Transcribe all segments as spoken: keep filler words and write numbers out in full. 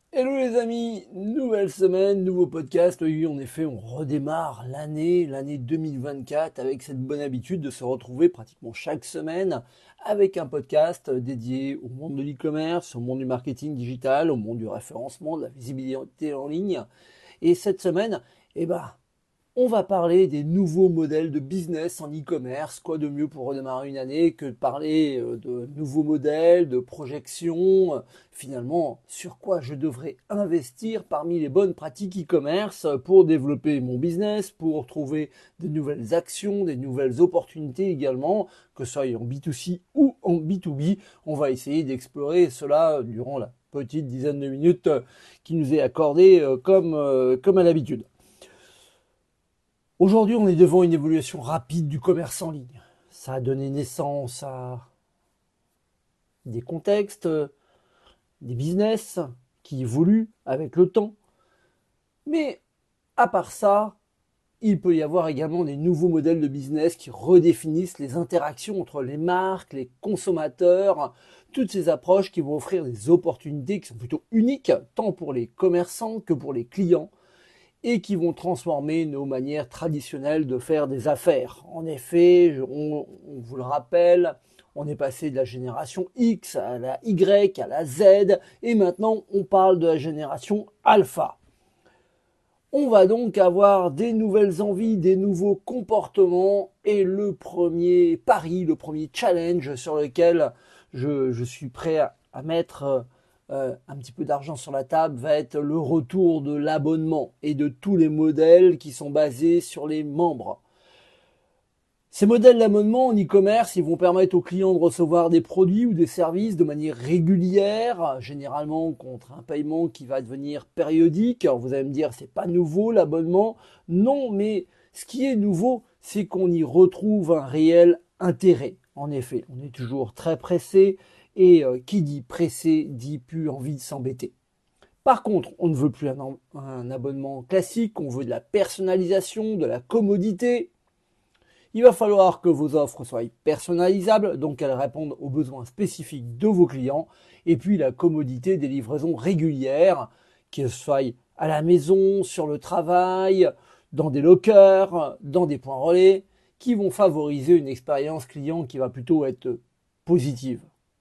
Hello les amis, nouvelle semaine, nouveau podcast. Oui, en effet, on redémarre l'année, l'année deux mille vingt-quatre avec cette bonne habitude de se retrouver pratiquement chaque semaine avec un podcast dédié au monde de l'e-commerce, au monde du marketing digital, au monde du référencement, de la visibilité en ligne. Et cette semaine, eh ben, on va parler des nouveaux modèles de business en e-commerce. Quoi de mieux pour redémarrer une année que de parler euh, de nouveaux modèles, de projections, euh, finalement sur quoi je devrais investir parmi les bonnes pratiques e-commerce pour développer mon business, pour trouver des nouvelles actions, des nouvelles opportunités également, que ce soit en B deux C ou en B deux B. On va essayer d'explorer cela durant la petite dizaine de minutes qui nous est accordée euh, comme, euh, comme à l'habitude. Aujourd'hui, on est devant une évolution rapide du commerce en ligne. Ça a donné naissance à des contextes, des business qui évoluent avec le temps. Mais à part ça, il peut y avoir également des nouveaux modèles de business qui redéfinissent les interactions entre les marques, les consommateurs, toutes ces approches qui vont offrir des opportunités qui sont plutôt uniques, tant pour les commerçants que pour les clients, et qui vont transformer nos manières traditionnelles de faire des affaires. En effet, on, on vous le rappelle, on est passé de la génération X à la Y, à la Z, et maintenant on parle de la génération Alpha. On va donc avoir des nouvelles envies, des nouveaux comportements, et le premier pari, le premier challenge sur lequel je, je suis prêt à, à mettre euh, un petit peu d'argent sur la table va être le retour de l'abonnement et de tous les modèles qui sont basés sur les membres. Ces modèles d'abonnement en e-commerce, ils vont permettre aux clients de recevoir des produits ou des services de manière régulière, généralement contre un paiement qui va devenir périodique. Alors vous allez me dire, c'est pas nouveau l'abonnement. Non, mais ce qui est nouveau, c'est qu'on y retrouve un réel intérêt. En effet, on est toujours très pressé et euh, qui dit pressé dit plus envie de s'embêter. Par contre, on ne veut plus un, un abonnement classique, on veut de la personnalisation, de la commodité. Il va falloir que vos offres soient personnalisables, donc qu'elles répondent aux besoins spécifiques de vos clients, et puis la commodité des livraisons régulières, qu'elles soient à la maison, sur le travail, dans des lockers, dans des points relais, qui vont favoriser une expérience client qui va plutôt être positive.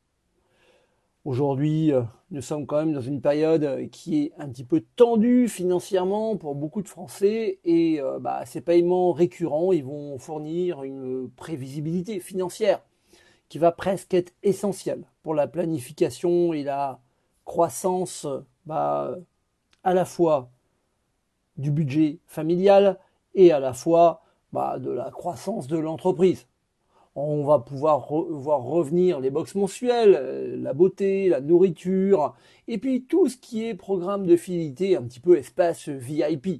Aujourd'hui, euh, nous sommes quand même dans une période qui est un petit peu tendue financièrement pour beaucoup de Français et euh, bah, ces paiements récurrents, ils vont fournir une prévisibilité financière qui va presque être essentielle pour la planification et la croissance bah, à la fois du budget familial et à la fois bah, de la croissance de l'entreprise. On va pouvoir re voir revenir les box mensuelles, euh, la beauté, la nourriture, et puis tout ce qui est programme de fidélité, un petit peu espace V I P.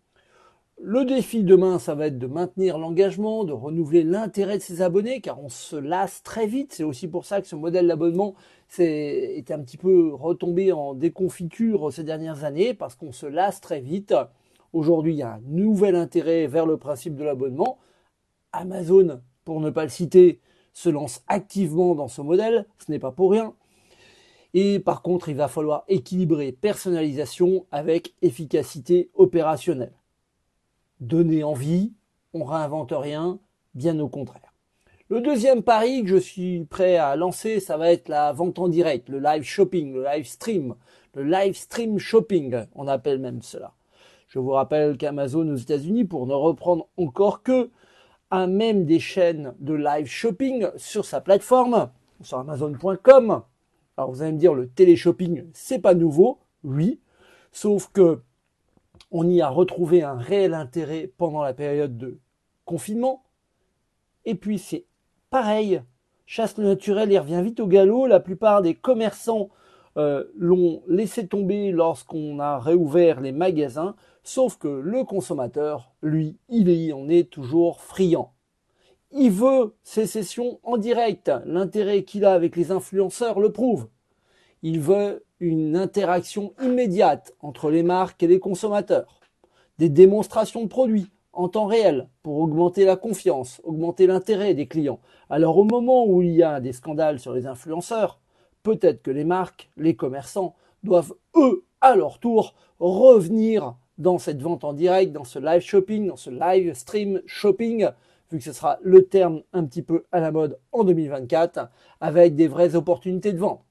Le défi demain, ça va être de maintenir l'engagement, de renouveler l'intérêt de ses abonnés, car on se lasse très vite. C'est aussi pour ça que ce modèle d'abonnement est un petit peu retombé en déconfiture ces dernières années, parce qu'on se lasse très vite. Aujourd'hui, il y a un nouvel intérêt vers le principe de l'abonnement. Amazon, pour ne pas le citer, se lance activement dans ce modèle, ce n'est pas pour rien. Et par contre, il va falloir équilibrer personnalisation avec efficacité opérationnelle. Donner envie, on réinvente rien, bien au contraire. Le deuxième pari que je suis prêt à lancer, ça va être la vente en direct, le live shopping, le live stream, le live stream shopping, on appelle même cela. Je vous rappelle qu'Amazon aux États-Unis, pour ne reprendre encore que, a même des chaînes de live shopping sur sa plateforme, sur amazon point com. Alors vous allez me dire, le télé-shopping, c'est pas nouveau, oui, sauf que on y a retrouvé un réel intérêt pendant la période de confinement. Et puis c'est pareil, chasse le naturel, il revient vite au galop. La plupart des commerçants euh, l'ont laissé tomber lorsqu'on a réouvert les magasins, sauf que le consommateur, lui, il y en est toujours friand. Il veut ces sessions en direct. L'intérêt qu'il a avec les influenceurs le prouve. Il veut une interaction immédiate entre les marques et les consommateurs. Des démonstrations de produits en temps réel pour augmenter la confiance, augmenter l'intérêt des clients. Alors au moment où il y a des scandales sur les influenceurs, peut-être que les marques, les commerçants doivent eux à leur tour revenir dans cette vente en direct, dans ce live shopping, dans ce live stream shopping, vu que ce sera le terme un petit peu à la mode en deux mille vingt-quatre, avec des vraies opportunités de vente.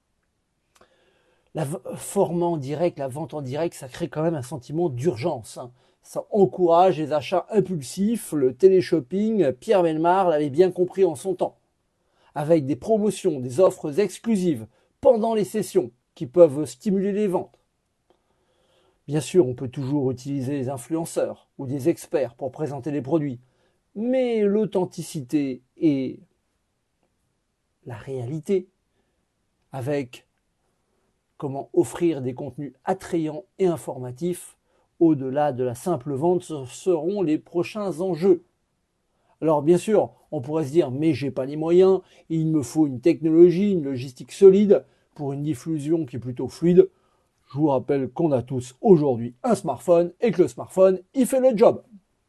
La forme en direct, la vente en direct, ça crée quand même un sentiment d'urgence. Hein. Ça encourage les achats impulsifs. Le téléshopping, Pierre Bellemare l'avait bien compris en son temps. Avec des promotions, des offres exclusives pendant les sessions qui peuvent stimuler les ventes. Bien sûr, on peut toujours utiliser les influenceurs ou des experts pour présenter les produits. Mais l'authenticité et la réalité avec comment offrir des contenus attrayants et informatifs au-delà de la simple vente seront les prochains enjeux. Alors bien sûr, on pourrait se dire mais j'ai pas les moyens, il me faut une technologie, une logistique solide pour une diffusion qui est plutôt fluide. Je vous rappelle qu'on a tous aujourd'hui un smartphone et que le smartphone, il fait le job.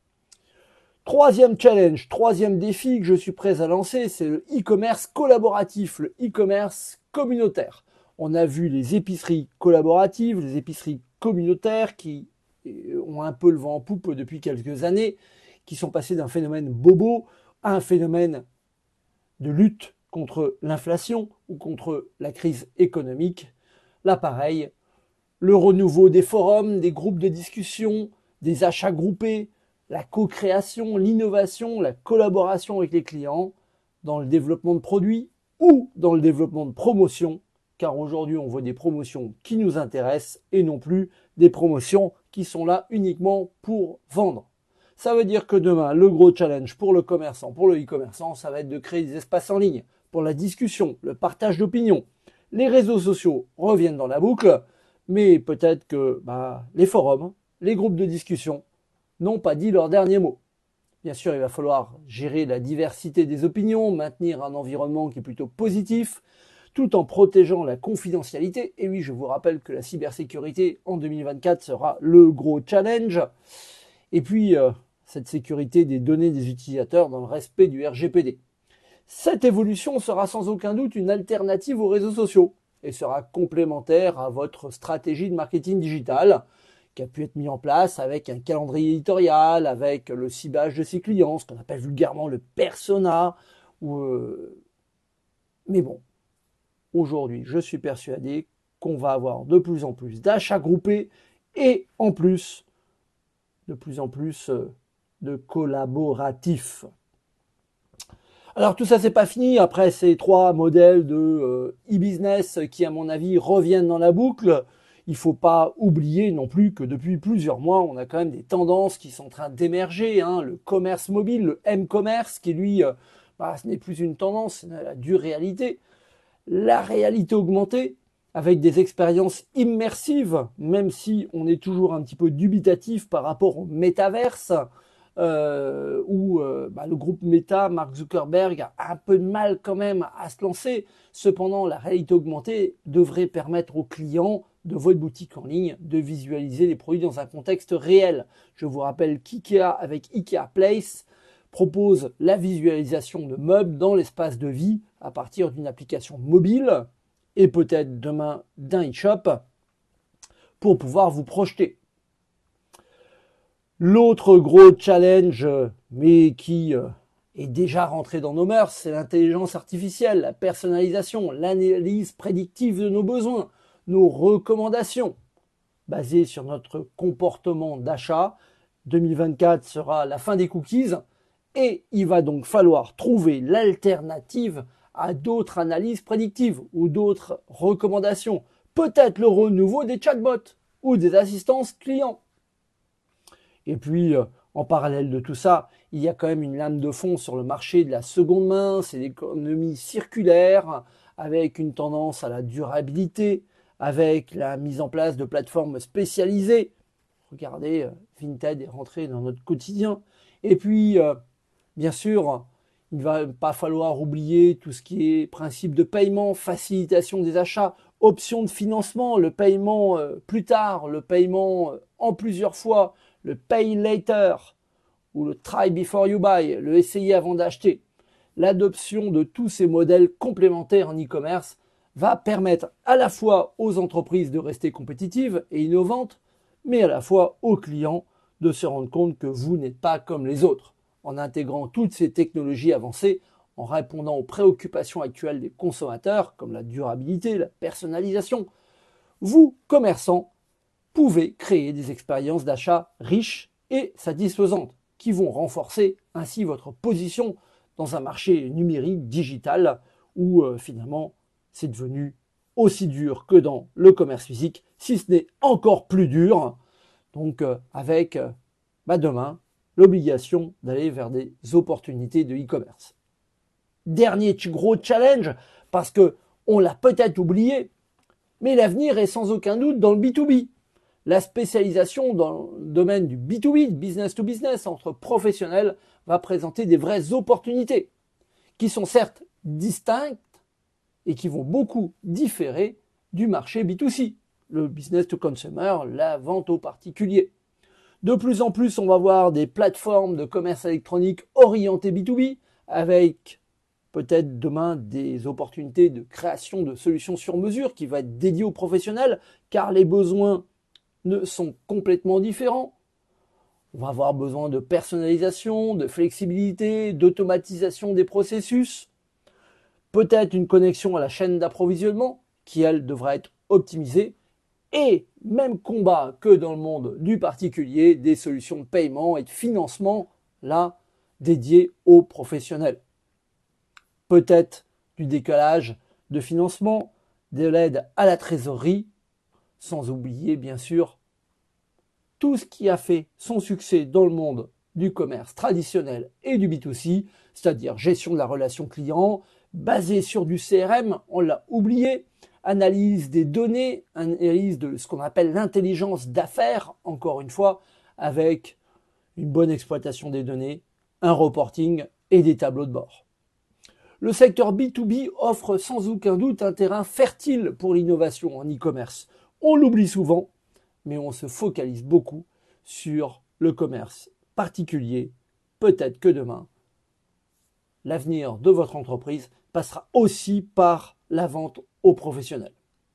Troisième challenge, troisième défi que je suis prêt à lancer, c'est le e-commerce collaboratif, le e-commerce communautaire. On a vu les épiceries collaboratives, les épiceries communautaires qui ont un peu le vent en poupe depuis quelques années, qui sont passées d'un phénomène bobo à un phénomène de lutte contre l'inflation ou contre la crise économique. Là, pareil, le renouveau des forums, des groupes de discussion, des achats groupés, la co-création, l'innovation, la collaboration avec les clients dans le développement de produits ou dans le développement de promotions, car aujourd'hui on voit des promotions qui nous intéressent et non plus des promotions qui sont là uniquement pour vendre. Ça veut dire que demain, le gros challenge pour le commerçant, pour le e-commerçant, ça va être de créer des espaces en ligne pour la discussion, le partage d'opinions. Les réseaux sociaux reviennent dans la boucle, mais peut-être que bah, les forums, les groupes de discussion n'ont pas dit leur dernier mot. Bien sûr, il va falloir gérer la diversité des opinions, maintenir un environnement qui est plutôt positif, tout en protégeant la confidentialité. Et oui, je vous rappelle que la cybersécurité en deux mille vingt-quatre sera le gros challenge. Et puis, euh, cette sécurité des données des utilisateurs dans le respect du R G P D. Cette évolution sera sans aucun doute une alternative aux réseaux sociaux et sera complémentaire à votre stratégie de marketing digital qui a pu être mis en place avec un calendrier éditorial, avec le ciblage de ses clients, ce qu'on appelle vulgairement le persona. Ou euh... Mais bon, aujourd'hui, je suis persuadé qu'on va avoir de plus en plus d'achats groupés et en plus, de plus en plus de collaboratifs. Alors tout ça, c'est pas fini. Après ces trois modèles de euh, e-business qui, à mon avis, reviennent dans la boucle, il faut pas oublier non plus que depuis plusieurs mois, on a quand même des tendances qui sont en train d'émerger. Hein. Le commerce mobile, le M-commerce, qui lui, euh, bah, ce n'est plus une tendance, c'est la dure réalité. La réalité augmentée, avec des expériences immersives, même si on est toujours un petit peu dubitatif par rapport au métaverse, euh, où euh, bah, le groupe Meta, Mark Zuckerberg, a un peu de mal quand même à se lancer. Cependant, la réalité augmentée devrait permettre aux clients de votre boutique en ligne de visualiser les produits dans un contexte réel. Je vous rappelle qu'IKEA, avec IKEA Place, propose la visualisation de meubles dans l'espace de vie à partir d'une application mobile et peut-être demain d'un e-shop pour pouvoir vous projeter. L'autre gros challenge, mais qui est déjà rentré dans nos mœurs, c'est l'intelligence artificielle, la personnalisation, l'analyse prédictive de nos besoins, nos recommandations basées sur notre comportement d'achat. deux mille vingt-quatre sera la fin des cookies et il va donc falloir trouver l'alternative à d'autres analyses prédictives ou d'autres recommandations. Peut-être le renouveau des chatbots ou des assistances clients. Et puis, euh, en parallèle de tout ça, il y a quand même une lame de fond sur le marché de la seconde main, c'est l'économie circulaire, avec une tendance à la durabilité, avec la mise en place de plateformes spécialisées. Regardez, euh, Vinted est rentré dans notre quotidien. Et puis, euh, bien sûr, il ne va pas falloir oublier tout ce qui est principe de paiement, facilitation des achats, option de financement, le paiement euh, plus tard, le paiement euh, en plusieurs fois, le pay later ou le try before you buy, le essayer avant d'acheter. L'adoption de tous ces modèles complémentaires en e-commerce va permettre à la fois aux entreprises de rester compétitives et innovantes, mais à la fois aux clients de se rendre compte que vous n'êtes pas comme les autres. En intégrant toutes ces technologies avancées, en répondant aux préoccupations actuelles des consommateurs, comme la durabilité, la personnalisation, vous, commerçants, pouvez créer des expériences d'achat riches et satisfaisantes qui vont renforcer ainsi votre position dans un marché numérique digital où euh, finalement c'est devenu aussi dur que dans le commerce physique, si ce n'est encore plus dur. Donc euh, avec euh, bah demain l'obligation d'aller vers des opportunités de e-commerce. Dernier gros challenge, parce que on l'a peut-être oublié, mais l'avenir est sans aucun doute dans le B deux B. La spécialisation dans le domaine du B deux B, business to business, entre professionnels, va présenter des vraies opportunités qui sont certes distinctes et qui vont beaucoup différer du marché B deux C, le business to consumer, la vente aux particuliers. De plus en plus, on va voir des plateformes de commerce électronique orientées B deux B avec peut-être demain des opportunités de création de solutions sur mesure qui va être dédiées aux professionnels car les besoins ne sont complètement différents. On va avoir besoin de personnalisation, de flexibilité, d'automatisation des processus. Peut-être une connexion à la chaîne d'approvisionnement qui, elle, devra être optimisée. Et même combat que dans le monde du particulier, des solutions de paiement et de financement, là, dédiées aux professionnels. Peut-être du décalage de financement, de l'aide à la trésorerie, sans oublier bien sûr tout ce qui a fait son succès dans le monde du commerce traditionnel et du B deux C, c'est-à-dire gestion de la relation client, basée sur du C R M, on l'a oublié, analyse des données, analyse de ce qu'on appelle l'intelligence d'affaires, encore une fois, avec une bonne exploitation des données, un reporting et des tableaux de bord. Le secteur B deux B offre sans aucun doute un terrain fertile pour l'innovation en e-commerce. On l'oublie souvent, mais on se focalise beaucoup sur le commerce particulier. Peut-être que demain, l'avenir de votre entreprise passera aussi par la vente aux professionnels.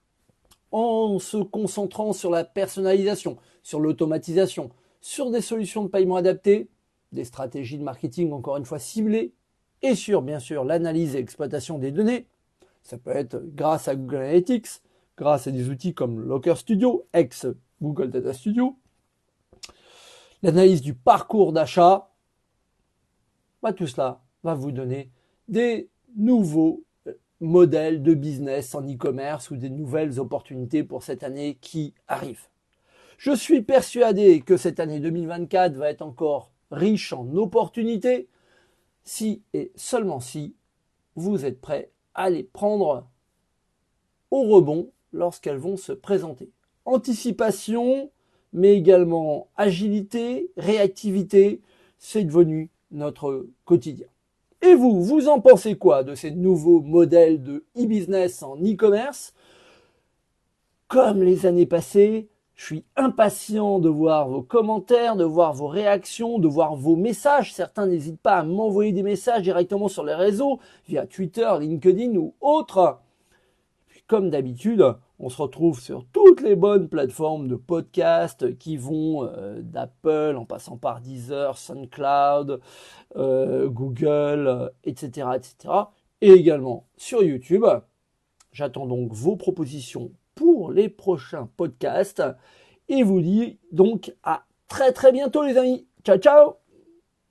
En se concentrant sur la personnalisation, sur l'automatisation, sur des solutions de paiement adaptées, des stratégies de marketing encore une fois ciblées, et sur bien sûr l'analyse et l'exploitation des données, ça peut être grâce à Google Analytics, grâce à des outils comme Locker Studio, ex Google Data Studio, l'analyse du parcours d'achat, bah, tout cela va vous donner des nouveaux modèles de business en e-commerce ou des nouvelles opportunités pour cette année qui arrive. Je suis persuadé que cette année deux mille vingt-quatre va être encore riche en opportunités si et seulement si vous êtes prêts à les prendre au rebond lorsqu'elles vont se présenter. Anticipation, mais également agilité, réactivité, c'est devenu notre quotidien. Et vous, vous en pensez quoi de ces nouveaux modèles de e-business en e-commerce? Comme les années passées, je suis impatient de voir vos commentaires, de voir vos réactions, de voir vos messages. Certains n'hésitent pas à m'envoyer des messages directement sur les réseaux, via Twitter, LinkedIn ou autres. Puis, comme d'habitude, on se retrouve sur toutes les bonnes plateformes de podcast qui vont euh, d'Apple en passant par Deezer, SoundCloud, euh, Google, euh, et cetera, et cetera. Et également sur YouTube. J'attends donc vos propositions pour les prochains podcasts et vous dis donc à très très bientôt les amis. Ciao ciao!